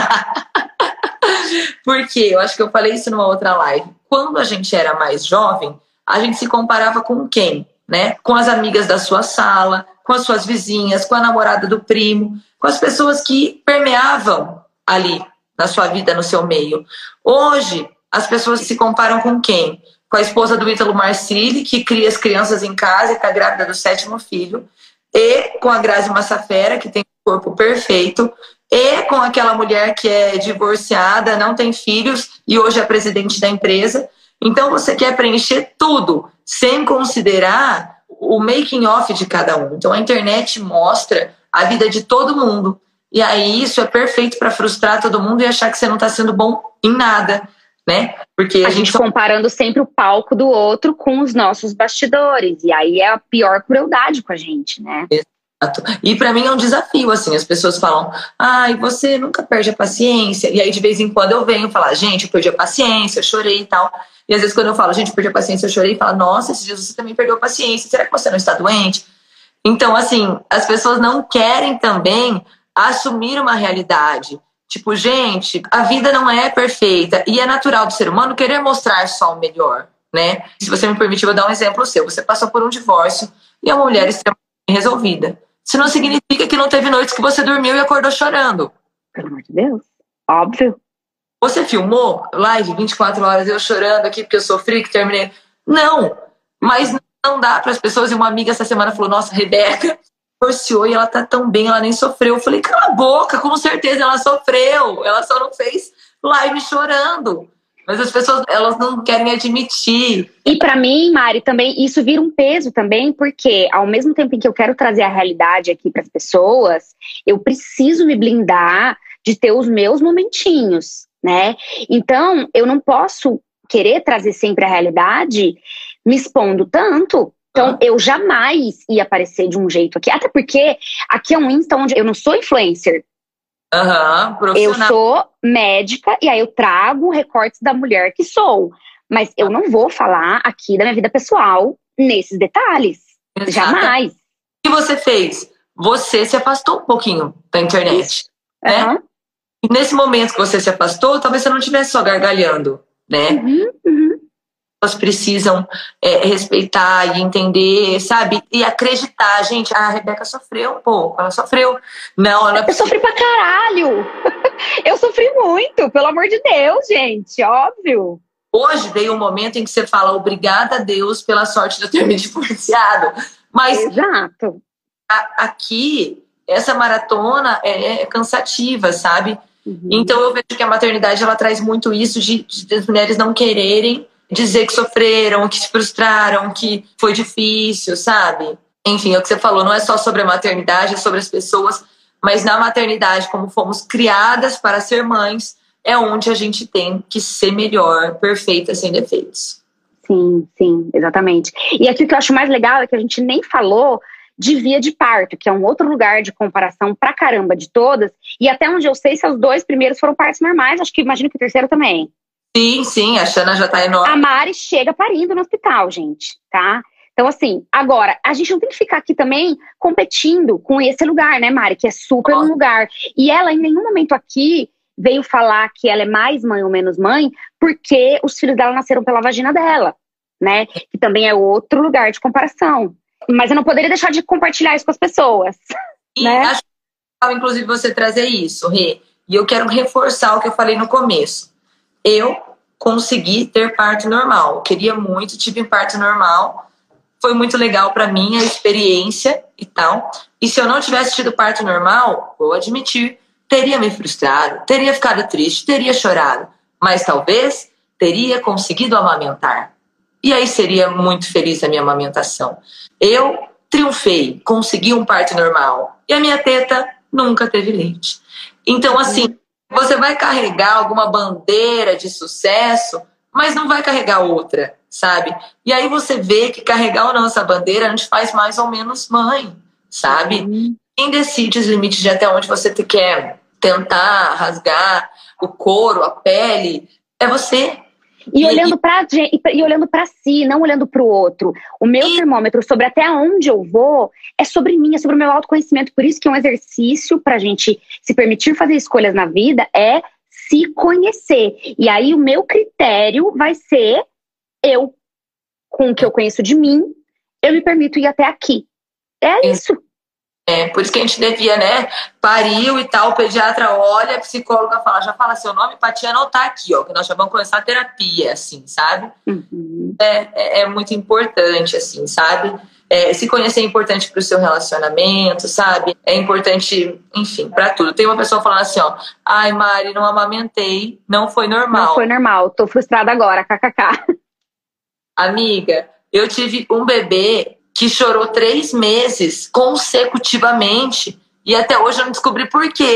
Porque eu acho que eu falei isso numa outra live. Quando a gente era mais jovem, a gente se comparava com quem, né? Com as amigas da sua sala, com as suas vizinhas, com a namorada do primo, com as pessoas que permeavam ali na sua vida, no seu meio. Hoje, as pessoas se comparam com quem? Com a esposa do Ítalo Marcilli, que cria as crianças em casa e está grávida do 7º filho, e com a Grazi Massafera, que tem um corpo perfeito, e com aquela mulher que é divorciada, não tem filhos e hoje é presidente da empresa. Então você quer preencher tudo, sem considerar o making off de cada um. Então a internet mostra a vida de todo mundo. E aí isso é perfeito para frustrar todo mundo e achar que você não está sendo bom em nada, né? Porque a gente comparando sempre o palco do outro com os nossos bastidores. E aí é a pior crueldade com a gente, né? Exato. E pra mim é um desafio, assim, as pessoas falam, ai, você nunca perde a paciência. E aí de vez em quando eu venho falar, gente, eu perdi a paciência, eu chorei e tal. E às vezes quando eu falo, gente, eu perdi a paciência, eu chorei, fala, nossa, esses dias você também perdeu a paciência, será que você não está doente? Então, assim, as pessoas não querem também assumir uma realidade. Tipo, gente, a vida não é perfeita e é natural do ser humano querer mostrar só o melhor, né? Se você me permitir, eu vou dar um exemplo seu. Você passou por um divórcio e é uma mulher extremamente resolvida. Isso não significa que não teve noites que você dormiu e acordou chorando. Pelo amor de Deus. Óbvio. Você filmou live 24 horas eu chorando aqui porque eu sofri, que terminei. Não, mas não dá para as pessoas. E uma amiga essa semana falou, nossa, Rebeca divorciou e ela tá tão bem, ela nem sofreu. Eu falei, cala a boca, com certeza ela sofreu. Ela só não fez live chorando. Mas as pessoas, elas não querem admitir. E pra mim, Mari, também isso vira um peso também, porque ao mesmo tempo em que eu quero trazer a realidade aqui pras pessoas, eu preciso me blindar de ter os meus momentinhos, né? Então, eu não posso querer trazer sempre a realidade me expondo tanto. Então, eu jamais ia aparecer de um jeito aqui. Até porque aqui é um Insta onde eu não sou influencer. Eu sou médica e aí eu trago recortes da mulher que sou. Mas eu não vou falar aqui da minha vida pessoal nesses detalhes. Exato. Jamais. O que você fez? Você se afastou um pouquinho da internet. Né? E nesse momento que você se afastou, talvez você não estivesse só gargalhando, né? Elas precisam respeitar e entender, sabe? E acreditar. Gente, a Rebeca sofreu um pouco. Ela sofreu. Não, ela... Eu sofri pra caralho. Eu sofri muito, pelo amor de Deus, gente. Óbvio. Hoje veio um momento em que você fala obrigada a Deus pela sorte de eu ter me divorciado. Mas exato. Aqui, essa maratona é cansativa, sabe? Então eu vejo que a maternidade ela traz muito isso de as mulheres não quererem dizer que sofreram, que se frustraram, que foi difícil, sabe? Enfim, é o que você falou, não é só sobre a maternidade, é sobre as pessoas, mas na maternidade, como fomos criadas para ser mães, é onde a gente tem que ser melhor, perfeita, sem defeitos. Sim, sim, exatamente. E aqui o que eu acho mais legal é que a gente nem falou de via de parto, que é um outro lugar de comparação pra caramba de todas, e até onde eu sei, se os 2 primeiros foram partos normais, acho que imagino que o terceiro também. Sim, a Xana já tá enorme. A Mari chega parindo no hospital, gente, tá? Então, assim, agora, a gente não tem que ficar aqui também competindo com esse lugar, né, Mari? Que é super um lugar. E ela, em nenhum momento aqui, veio falar que ela é mais mãe ou menos mãe, porque os filhos dela nasceram pela vagina dela, né? Que também é outro lugar de comparação. Mas eu não poderia deixar de compartilhar isso com as pessoas. E né? acho que, inclusive, você trazer isso, Rê. E eu quero reforçar o que eu falei no começo. Eu consegui ter parto normal. Queria muito, tive parto normal. Foi muito legal pra mim a experiência e tal. E se eu não tivesse tido parto normal, vou admitir, teria me frustrado, teria ficado triste, teria chorado. Mas talvez teria conseguido amamentar. E aí seria muito feliz a minha amamentação. Eu triunfei, consegui um parto normal. E a minha teta nunca teve leite. Então, assim, você vai carregar alguma bandeira de sucesso, mas não vai carregar outra, sabe? E aí você vê que carregar ou não essa bandeira a gente faz mais ou menos mãe, sabe? Quem decide os limites de até onde você quer tentar rasgar o couro, a pele, é você. E olhando pra si, não olhando pro outro. O meu termômetro sobre até onde eu vou é sobre mim, é sobre o meu autoconhecimento. Por isso que um exercício pra gente se permitir fazer escolhas na vida é se conhecer. E aí o meu critério vai ser eu, com o que eu conheço de mim, eu me permito ir até aqui. É isso. Por isso que a gente devia, né? Pariu e tal, o pediatra olha, a psicóloga fala, já fala seu nome pra te anotar aqui, ó, que nós já vamos começar a terapia, assim, sabe? É muito importante, assim, sabe? Se conhecer é importante pro seu relacionamento, sabe? É importante, enfim, pra tudo. Tem uma pessoa falando assim, ó, ai, Mari, não amamentei, não foi normal. Não foi normal, tô frustrada agora, kkk. Amiga, eu tive um bebê que chorou 3 meses consecutivamente e até hoje eu não descobri por quê.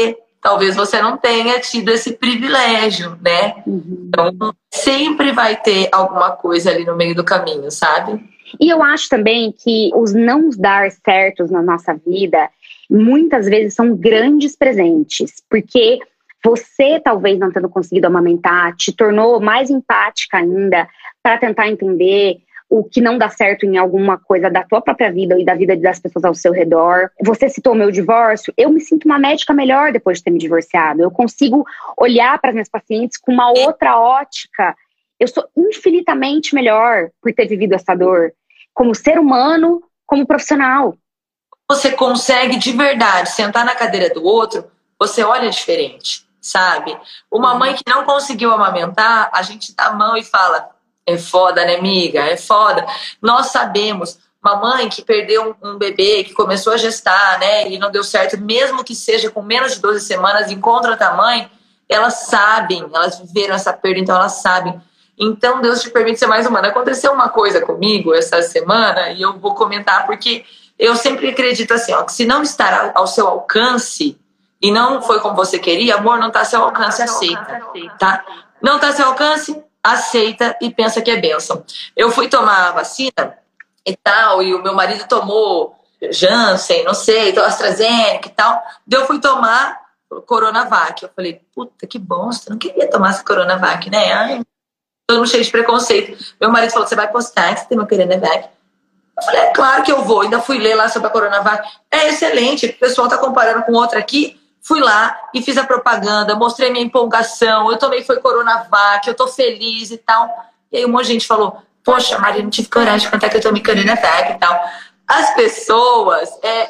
talvez você não tenha tido esse privilégio, né? Então, sempre vai ter alguma coisa ali no meio do caminho, sabe? E eu acho também que os não dar certos na nossa vida, muitas vezes são grandes presentes, porque você, talvez não tendo conseguido amamentar, te tornou mais empática ainda para tentar entender o que não dá certo em alguma coisa da tua própria vida e da vida das pessoas ao seu redor. Você citou o meu divórcio. Eu me sinto uma médica melhor depois de ter me divorciado. Eu consigo olhar para as minhas pacientes com uma outra ótica. Eu sou infinitamente melhor por ter vivido essa dor, como ser humano, como profissional. Você consegue de verdade sentar na cadeira do outro, você olha diferente, sabe? Uma mãe que não conseguiu amamentar, a gente dá a mão e fala: é foda, né, amiga? É foda. Nós sabemos. Uma mãe que perdeu um bebê, que começou a gestar, né, e não deu certo, mesmo que seja com menos de 12 semanas, encontra outra mãe, elas sabem, elas viveram essa perda, então elas sabem. Então Deus te permite ser mais humana. Aconteceu uma coisa comigo essa semana, e eu vou comentar porque eu sempre acredito assim, ó, que se não estar ao seu alcance e não foi como você queria, amor, não está ao seu alcance, aceita, tá? Não está ao seu alcance, aceita e pensa que é bênção. Eu fui tomar a vacina e tal, e o meu marido tomou Janssen, não sei, então AstraZeneca e tal. Daí eu fui tomar Coronavac. Eu falei, puta, que bosta, não queria tomar essa Coronavac, né? Ai, todo mundo cheio de preconceito. Meu marido falou, você vai postar que você tem uma Coronavac? Eu falei, é claro que eu vou. Ainda fui ler lá sobre a Coronavac. É excelente, o pessoal tá comparando com outra aqui. Fui lá e fiz a propaganda, mostrei minha empolgação. Eu tomei, foi Coronavac, eu tô feliz e tal. E aí um monte de gente falou, poxa, Maria, não tive coragem de contar que eu tomei Coronavac e tal. As pessoas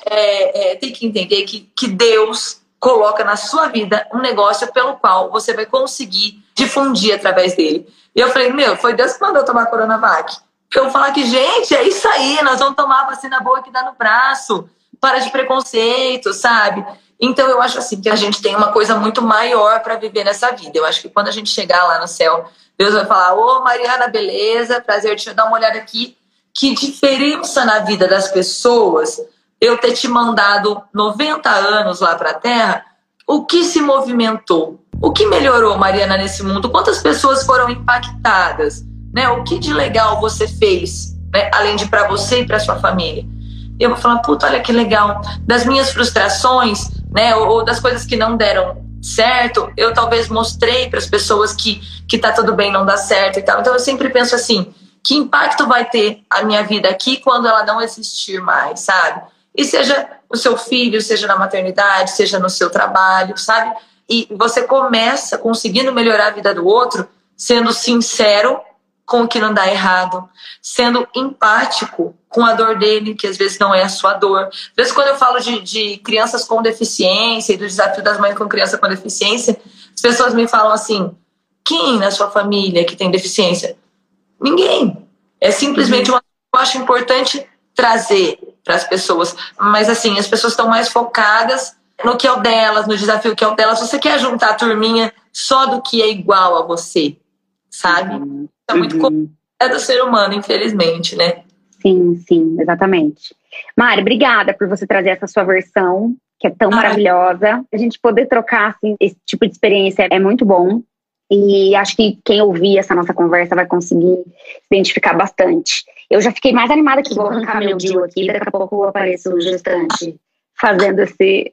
têm que entender que Deus coloca na sua vida um negócio pelo qual você vai conseguir difundir através dele. E eu falei, foi Deus que mandou tomar Coronavac. Eu falar que, gente, é isso aí, nós vamos tomar a vacina boa que dá no braço, para de preconceito, sabe? Então eu acho assim que a gente tem uma coisa muito maior para viver nessa vida. Eu acho que quando a gente chegar lá no céu, Deus vai falar, ô Mariana, beleza, prazer, deixa eu dar uma olhada aqui. Que diferença na vida das pessoas eu ter te mandado 90 anos lá para a Terra. O que se movimentou? O que melhorou, Mariana, nesse mundo? Quantas pessoas foram impactadas? Né? O que de legal você fez, né? Além de para você e para sua família? E eu vou falar, puta, olha que legal. Das minhas frustrações, né? Ou das coisas que não deram certo, eu talvez mostrei para as pessoas que tá tudo bem, não dá certo e tal. Então eu sempre penso assim, que impacto vai ter a minha vida aqui quando ela não existir mais, sabe? E seja o seu filho, seja na maternidade, seja no seu trabalho, sabe? E você começa conseguindo melhorar a vida do outro, sendo sincero com o que não dá errado, sendo empático com a dor dele, que às vezes não é a sua dor. Às vezes quando eu falo de crianças com deficiência e do desafio das mães com criança com deficiência, as pessoas me falam assim, quem na sua família que tem deficiência? Ninguém. É simplesmente uma coisa que eu acho importante trazer para as pessoas. Mas assim, as pessoas estão mais focadas no que é o delas, no desafio que é o delas. Você quer juntar a turminha só do que é igual a você, sabe? É muito comum do ser humano, infelizmente, né? Sim, sim, exatamente. Mari, obrigada por você trazer essa sua versão, que é tão maravilhosa. A gente poder trocar assim, esse tipo de experiência é muito bom. E acho que quem ouvir essa nossa conversa vai conseguir se identificar bastante. Eu já fiquei mais animada que vou arrancar meu DIU aqui, daqui a pouco aparece o gestante fazendo esse...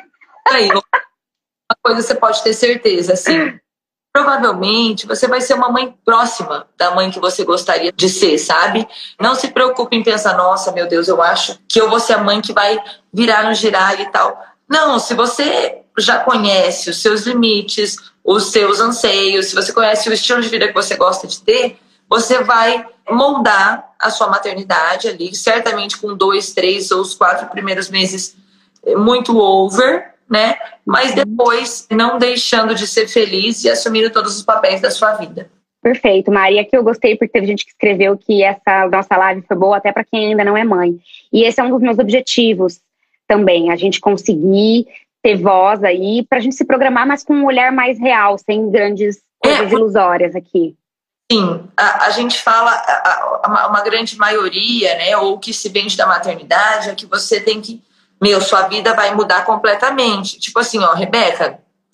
Aí, uma coisa você pode ter certeza, assim, provavelmente você vai ser uma mãe próxima da mãe que você gostaria de ser, sabe? Não se preocupe em pensar, nossa, meu Deus, eu acho que eu vou ser a mãe que vai virar no girar e tal. Não, se você já conhece os seus limites, os seus anseios, se você conhece o estilo de vida que você gosta de ter, você vai moldar a sua maternidade ali, certamente com 2, 3 ou os 4 primeiros meses muito over, né? Mas depois não deixando de ser feliz e assumindo todos os papéis da sua vida. Perfeito, Maria. Aqui eu gostei porque teve gente que escreveu que essa nossa live foi boa até para quem ainda não é mãe. E esse é um dos meus objetivos também, a gente conseguir ter voz aí pra gente se programar, mas com um olhar mais real, sem grandes coisas ilusórias aqui. Sim, a gente fala, uma grande maioria, né, ou que se vende da maternidade, é que você tem que, sua vida vai mudar completamente. Tipo assim, ó, Rebeca,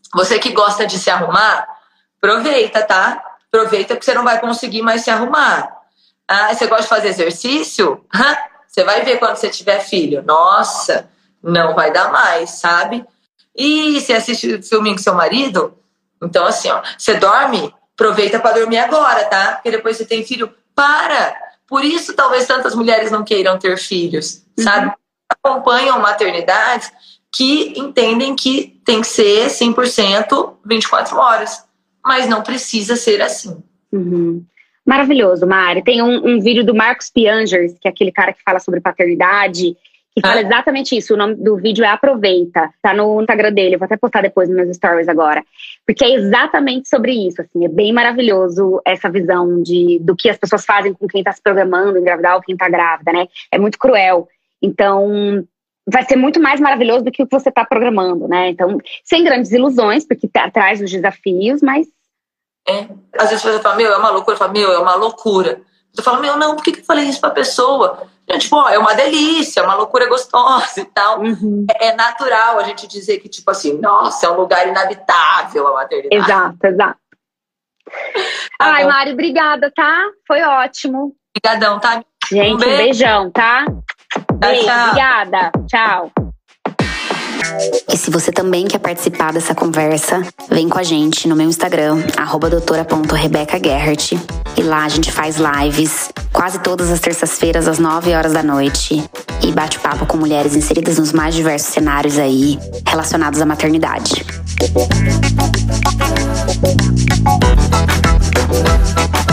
Você que gosta de se arrumar, aproveita, tá? Aproveita porque você não vai conseguir mais se arrumar. Ah, você gosta de fazer exercício? Você vai ver quando você tiver filho. Nossa, não vai dar mais, sabe? E você assiste filminho com seu marido? Então, assim, ó, você dorme, aproveita para dormir agora, tá? Porque depois você tem filho, para! Por isso, talvez tantas mulheres não queiram ter filhos, sabe? Acompanham maternidades que entendem que tem que ser 100% 24 horas. Mas não precisa ser assim. Maravilhoso, Mari. Tem um vídeo do Marcos Piangers, que é aquele cara que fala sobre paternidade, que fala exatamente isso. O nome do vídeo é Aproveita. Tá no Instagram dele. Eu vou até postar depois nos meus stories agora. Porque é exatamente sobre isso. Assim, é bem maravilhoso essa visão do que as pessoas fazem com quem tá se programando engravidar ou quem tá grávida, né? É muito cruel. Então, vai ser muito mais maravilhoso do que o que você tá programando, né? Então, sem grandes ilusões, porque traz os desafios, mas... Às vezes você fala, é uma loucura. Eu falo, é uma loucura. Você fala, não, por que eu falei isso pra pessoa? Tipo, é uma delícia, é uma loucura gostosa e tal. É natural a gente dizer que, tipo assim, nossa, é um lugar inabitável a maternidade. Exato. Ai, Mari, obrigada, tá? Foi ótimo. Obrigadão, tá? Gente, um beijão, tá? Beijo, tchau. Obrigada. Tchau. E se você também quer participar dessa conversa, vem com a gente no meu Instagram, @doutora.rebecagerhart. E lá a gente faz lives quase todas as terças-feiras às 9 horas da noite e bate papo com mulheres inseridas nos mais diversos cenários aí relacionados à maternidade.